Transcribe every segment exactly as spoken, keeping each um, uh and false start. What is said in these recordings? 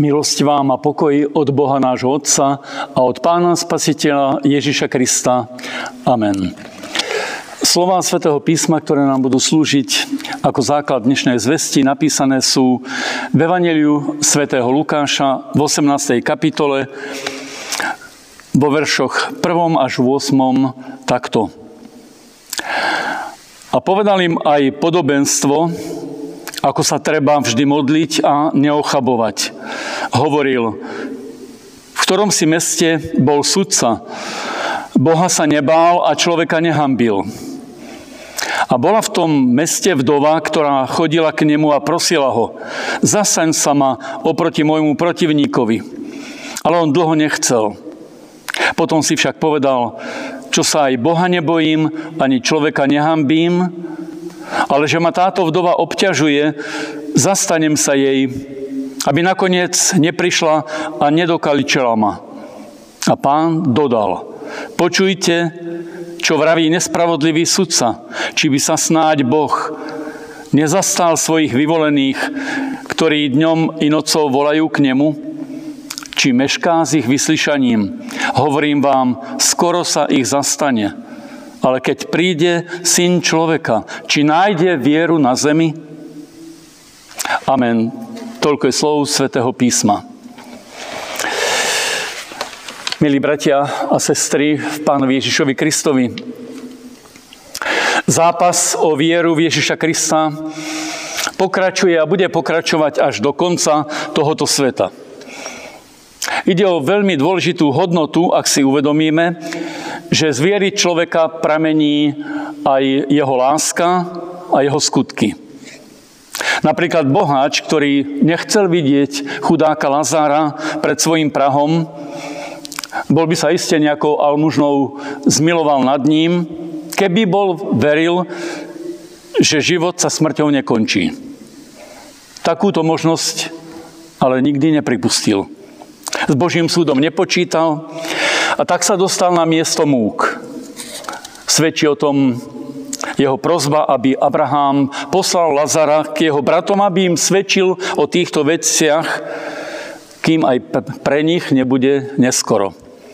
Milosť vám a pokoj od Boha nášho Otca a od Pána Spasiteľa Ježiša Krista. Amen. Slová Svätého písma, ktoré nám budú slúžiť ako základ dnešnej zvesti, napísané sú v Evanjeliu svätého Lukáša v osemnástej kapitole vo veršoch prvom až ôsmom takto. A povedal im aj podobenstvo, ako sa treba vždy modliť a neochabovať. Hovoril, v ktorom si meste bol sudca. Boha sa nebál a človeka nehanbil. A bola v tom meste vdova, ktorá chodila k nemu a prosila ho, zastaň sa ma oproti môjmu protivníkovi. Ale on dlho nechcel. Potom si však povedal, čo sa aj Boha nebojím, ani človeka nehanbím, ale že ma táto vdova obťažuje, zastanem sa jej, aby nakoniec neprišla a nedokaličila ma. A Pán dodal, počujte, čo vraví nespravodlivý sudca, či by sa snáď Boh nezastal svojich vyvolených, ktorí dňom i nocou volajú k nemu, či mešká s ich vyslyšaním. Hovorím vám, skoro sa ich zastane. Ale keď príde Syn človeka, či nájde vieru na zemi? Amen. Toľko je slov Svätého písma. Milí bratia a sestry v Pánovi Ježišovi Kristovi, zápas o vieru v Ježiša Krista pokračuje a bude pokračovať až do konca tohoto sveta. Ide o veľmi dôležitú hodnotu, ak si uvedomíme, že z viery človeka pramení aj jeho láska a jeho skutky. Napríklad boháč, ktorý nechcel vidieť chudáka Lazára pred svojím prahom, bol by sa iste nejakou almužnou zmiloval nad ním, keby bol veril, že život sa smrťou nekončí. Takúto možnosť ale nikdy nepripustil. S Božím súdom nepočítal a tak sa dostal na miesto múk. Svedčí o tom jeho prosba, aby Abraham poslal Lazara k jeho bratom, aby im svedčil o týchto veciach, kým aj pre nich nebude neskoro.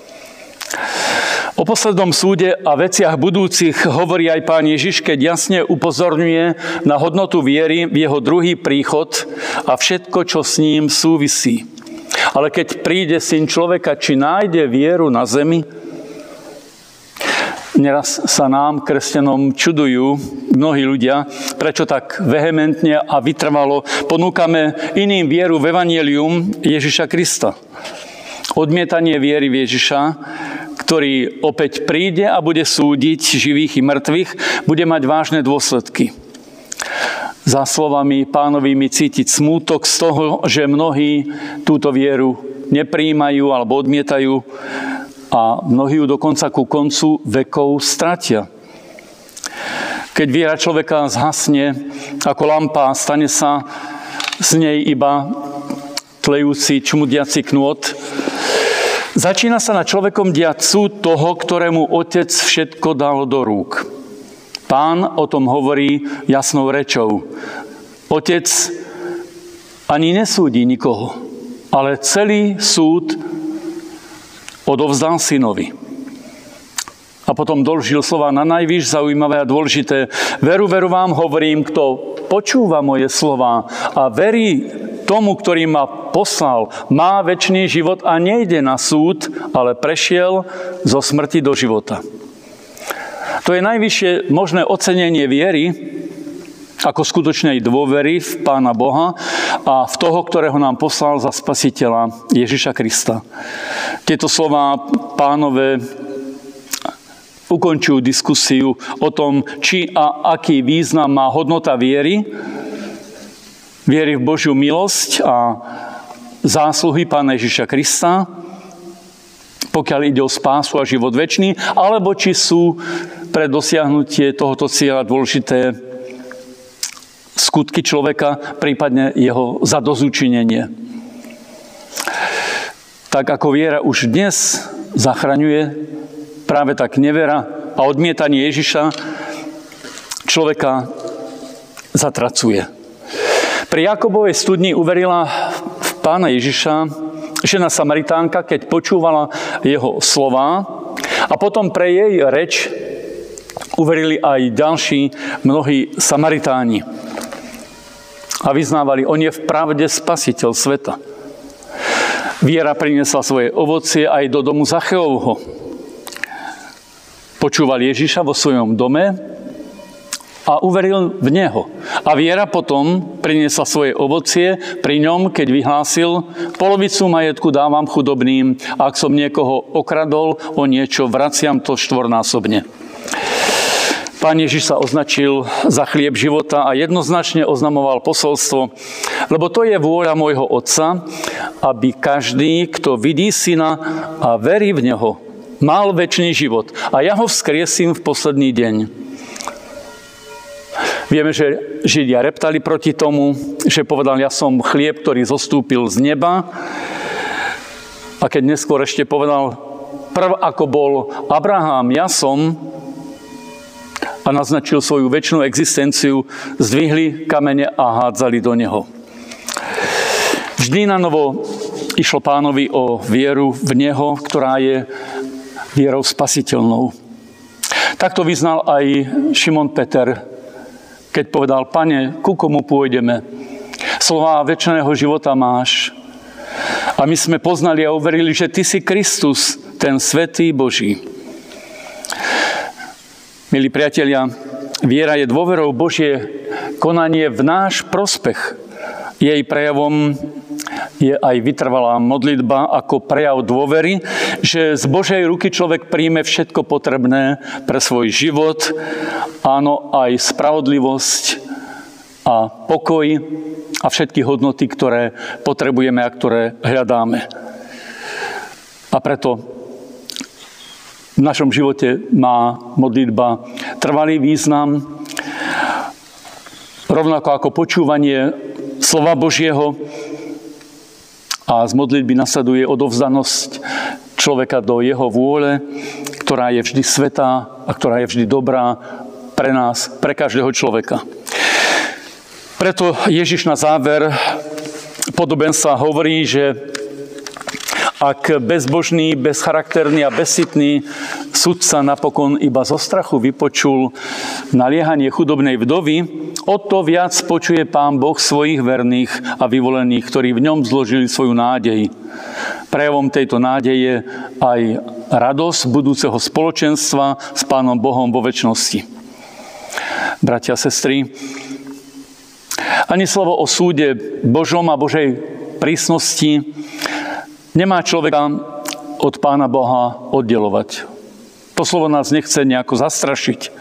O poslednom súde a veciach budúcich hovorí aj Pán Ježiš, keď jasne upozorňuje na hodnotu viery v jeho druhý príchod a všetko, čo s ním súvisí. Ale keď príde Syn človeka, či nájde vieru na zemi? Neraz sa nám, kresťanom, čudujú mnohí ľudia, prečo tak vehementne a vytrvalo ponúkame iným vieru v Evanjelium Ježiša Krista. Odmietanie viery v Ježiša, ktorý opäť príde a bude súdiť živých i mŕtvych, bude mať vážne dôsledky. Za slovami Pánovými cítiť smútok z toho, že mnohí túto vieru neprijímajú alebo odmietajú a mnohí ju dokonca ku koncu vekov stratia. Keď viera človeka zhasne ako lampa, stane sa z nej iba tlejúci, čmudiaci knôt, začína sa na človekom diať súd toho, ktorému Otec všetko dal do rúk. Pán o tom hovorí jasnou rečou. Otec ani nesúdi nikoho, ale celý súd odovzdal synovi. A potom doložil slova na najvyš zaujímavé a dôležité. Veru, veru vám hovorím, kto počúva moje slova a verí tomu, ktorý ma poslal, má večný život a nejde na súd, ale prešiel zo smrti do života. To je najvyššie možné ocenenie viery, ako skutočnej dôvery v Pána Boha a v toho, ktorého nám poslal za Spasiteľa Ježiša Krista. Tieto slová Pánove ukončujú diskusiu o tom, či a aký význam má hodnota viery, viery v Božiu milosť a zásluhy Pána Ježiša Krista, pokiaľ ide o spásu a život večný, alebo či sú pre dosiahnutie tohoto cieľa dôležité skutky človeka, prípadne jeho zadozučinenie. Tak ako viera už dnes zachraňuje, práve tak nevera a odmietanie Ježiša človeka zatracuje. Pri Jakobovej studni uverila v Pána Ježiša žena Samaritánka, keď počúvala jeho slová, a potom pre jej reč uverili aj ďalší mnohí Samaritáni. A vyznávali, on je v pravde spasiteľ sveta. Viera priniesla svoje ovocie aj do domu Zacheovho. Počúval Ježiša vo svojom dome a uveril v neho. A viera potom priniesla svoje ovocie pri ňom, keď vyhlásil, polovicu majetku dávam chudobným, a ak som niekoho okradol o niečo, vraciam to štvornásobne. Pán Ježiš sa označil za chlieb života a jednoznačne oznamoval posolstvo, lebo to je vôľa môjho Otca, aby každý, kto vidí Syna a verí v Neho, mal večný život. A ja ho vzkriesím v posledný deň. Vieme, že Židia reptali proti tomu, že povedal, ja som chlieb, ktorý zostúpil z neba. A keď neskôr ešte povedal, prv ako bol Abraham, ja som, a naznačil svoju večnú existenciu, zdvihli kamene a hádzali do neho. Vždy na novo išlo Pánovi o vieru v Neho, ktorá je vierou spasiteľnou. Takto vyznal aj Šimon Peter, keď povedal, Pane, ku komu pôjdeme? Slová večného života máš. A my sme poznali a uverili, že Ty si Kristus, ten svätý Boží. Milí priatelia, viera je dôverou Božie konanie v náš prospech. Jej prejavom je aj vytrvalá modlitba ako prejav dôvery, že z Božej ruky človek príjme všetko potrebné pre svoj život, áno, aj spravodlivosť a pokoj a všetky hodnoty, ktoré potrebujeme a ktoré hľadáme. A preto v našom živote má modlitba trvalý význam, rovnako ako počúvanie slova Božieho, a z modlitby nasleduje odovzdanosť človeka do jeho vôle, ktorá je vždy svätá a ktorá je vždy dobrá pre nás, pre každého človeka. Preto Ježiš na záver podobenstva hovorí, že ak bezbožný, bezcharakterný a bezcitný sudca napokon iba zo strachu vypočul naliehanie chudobnej vdovy, o to viac počuje Pán Boh svojich verných a vyvolených, ktorí v ňom zložili svoju nádej. Prejavom tejto nádeje aj radosť budúceho spoločenstva s Pánom Bohom vo večnosti. Bratia a sestry, ani slovo o súde Božom a Božej prísnosti nemá človeka od Pána Boha oddelovať. To slovo nás nechce nejako zastrašiť.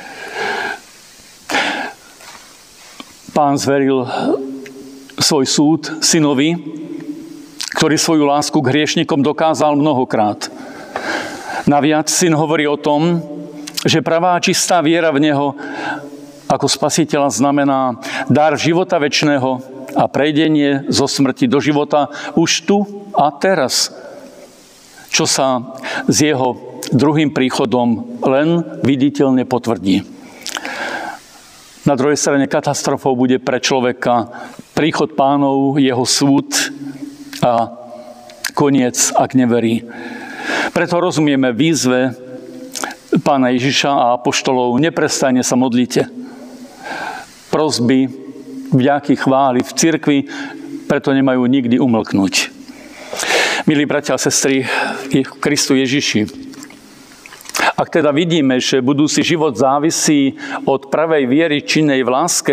Pán zveril svoj súd synovi, ktorý svoju lásku k hriešnikom dokázal mnohokrát. Naviac syn hovorí o tom, že pravá čistá viera v Neho ako spasiteľa znamená dar života večného a prejdenie zo smrti do života už tu a teraz, čo sa s jeho druhým príchodom len viditeľne potvrdí. Na druhej strane katastrofou bude pre človeka príchod Pánov, jeho súd a koniec, ak neverí. Preto rozumieme výzve Pána Ježiša a apoštolov, neprestajne sa modlite. Prosby, vďaky, chvály v cirkvi, preto nemajú nikdy umlknúť. Milí bratia a sestry v Kristu Ježiši, ak teda vidíme, že budúci život závisí od pravej viery činnej v láske,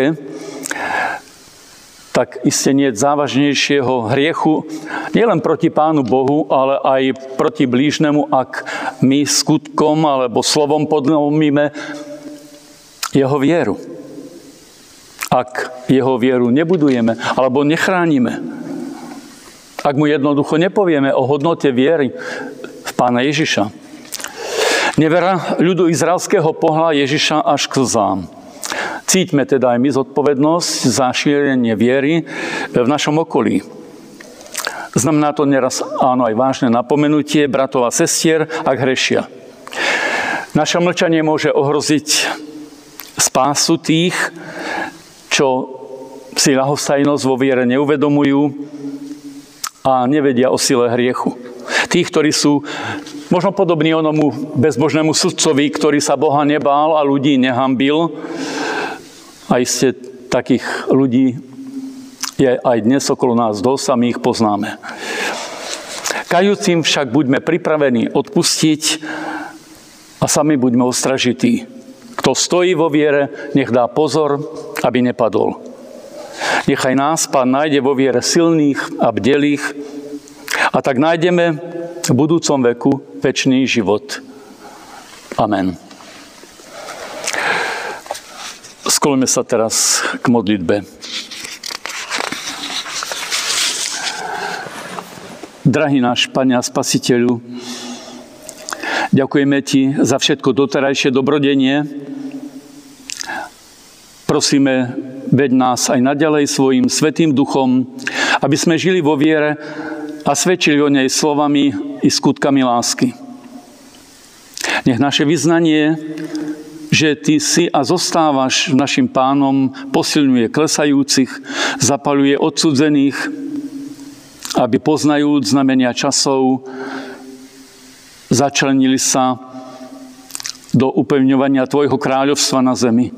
tak iste nie je závažnejšieho hriechu nielen proti Pánu Bohu, ale aj proti blížnemu, ak my skutkom alebo slovom podlomíme jeho vieru. Ak jeho vieru nebudujeme alebo nechránime, ak mu jednoducho nepovieme o hodnote viery v Pána Ježiša. Nevera ľudu izraelského pohla Ježiša až k slzám. Cíťme teda aj my zodpovednosť za šírenie viery v našom okolí. Znamená to neraz áno aj vážne napomenutie bratov a sestier, ak hrešia. Naše mlčanie môže ohroziť spásu tých, čo si ľahostajnosť vo viere neuvedomujú a nevedia o sile hriechu. Tých, ktorí sú možno podobní onomu bezbožnému sudcovi, ktorý sa Boha nebál a ľudí nehambil. A iste takých ľudí je aj dnes okolo nás dosť a my ich poznáme. Kajúcim však buďme pripravení odpustiť a sami buďme ostražití. Kto stojí vo viere, nech dá pozor, aby nepadol. Nechaj nás, Pán, nájde vo viere silných a bdelých a tak nájdeme v budúcom veku večný život. Amen. Skloňme sa teraz k modlitbe. Drahý náš Pane a Spasiteľu, ďakujeme Ti za všetko doterajšie dobrodenie. Prosíme, veď nás aj naďalej svojim Svätým Duchom, aby sme žili vo viere a svedčili o nej slovami i skutkami lásky. Nech naše vyznanie, že Ty si a zostávaš našim Pánom, posilňuje klesajúcich, zapaľuje odsudzených, aby poznajúc znamenia časov, začlenili sa do upevňovania Tvojho kráľovstva na zemi.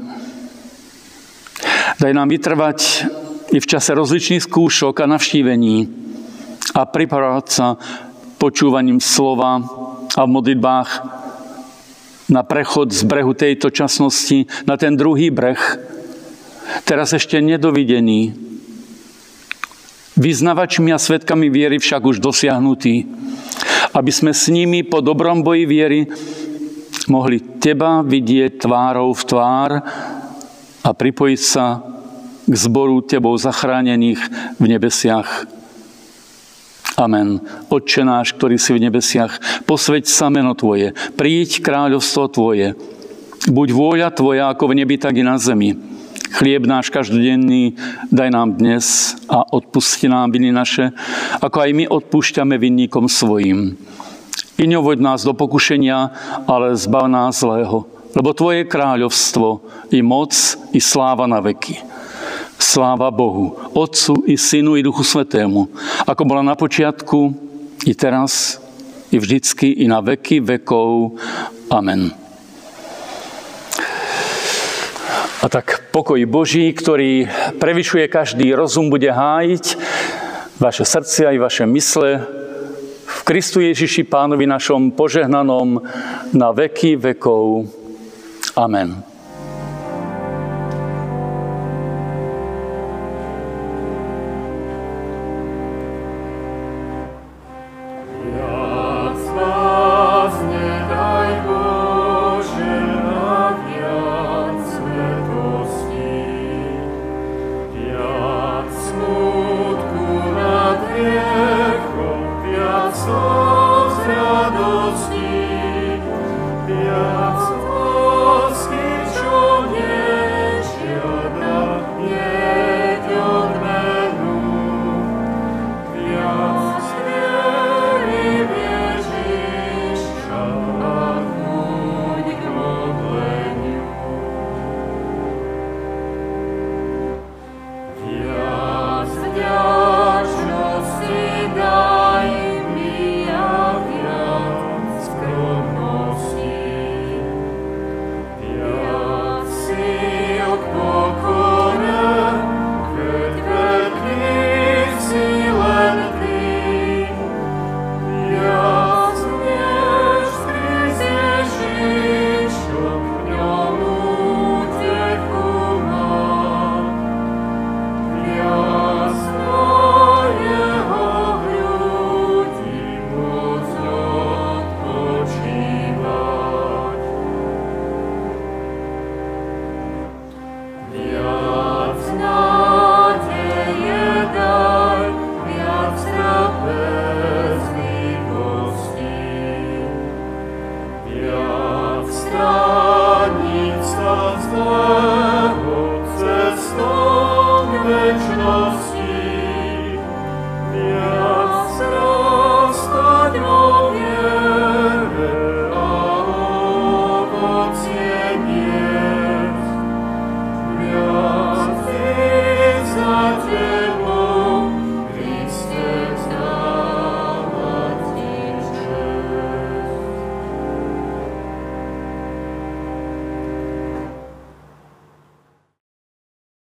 Daj nám vytrvať i v čase rozličných skúšok a navštívení a pripravovať sa počúvaním slova a v modlitbách na prechod z brehu tejto časnosti na ten druhý breh, teraz ešte nedovidený, vyznavačmi a svedkami viery však už dosiahnutí, aby sme s nimi po dobrom boji viery mohli Teba vidieť tvárou v tvár a pripojiť sa k zboru Tebou zachránených v nebesiach. Amen. Otče náš, ktorý si v nebesiach, posväť sa meno Tvoje, príď kráľovstvo Tvoje. Buď vôľa Tvoja ako v nebi, tak i na zemi. Chlieb náš každodenný daj nám dnes a odpusti nám viny naše, ako aj my odpúšťame vinníkom svojim. I neuvoď nás do pokušenia, ale zbav nás zlého. Lebo Tvoje kráľovstvo, i moc, i sláva na veky. Sláva Bohu, Otcu, i Synu, i Duchu Svätému, ako bola na počiatku, i teraz, i vždycky, i na veky vekov. Amen. A tak pokoj Boží, ktorý prevyšuje každý rozum, bude hájiť vaše srdcia i vaše mysle v Kristu Ježiši, Pánovi našom, požehnanom na veky vekov. Amen.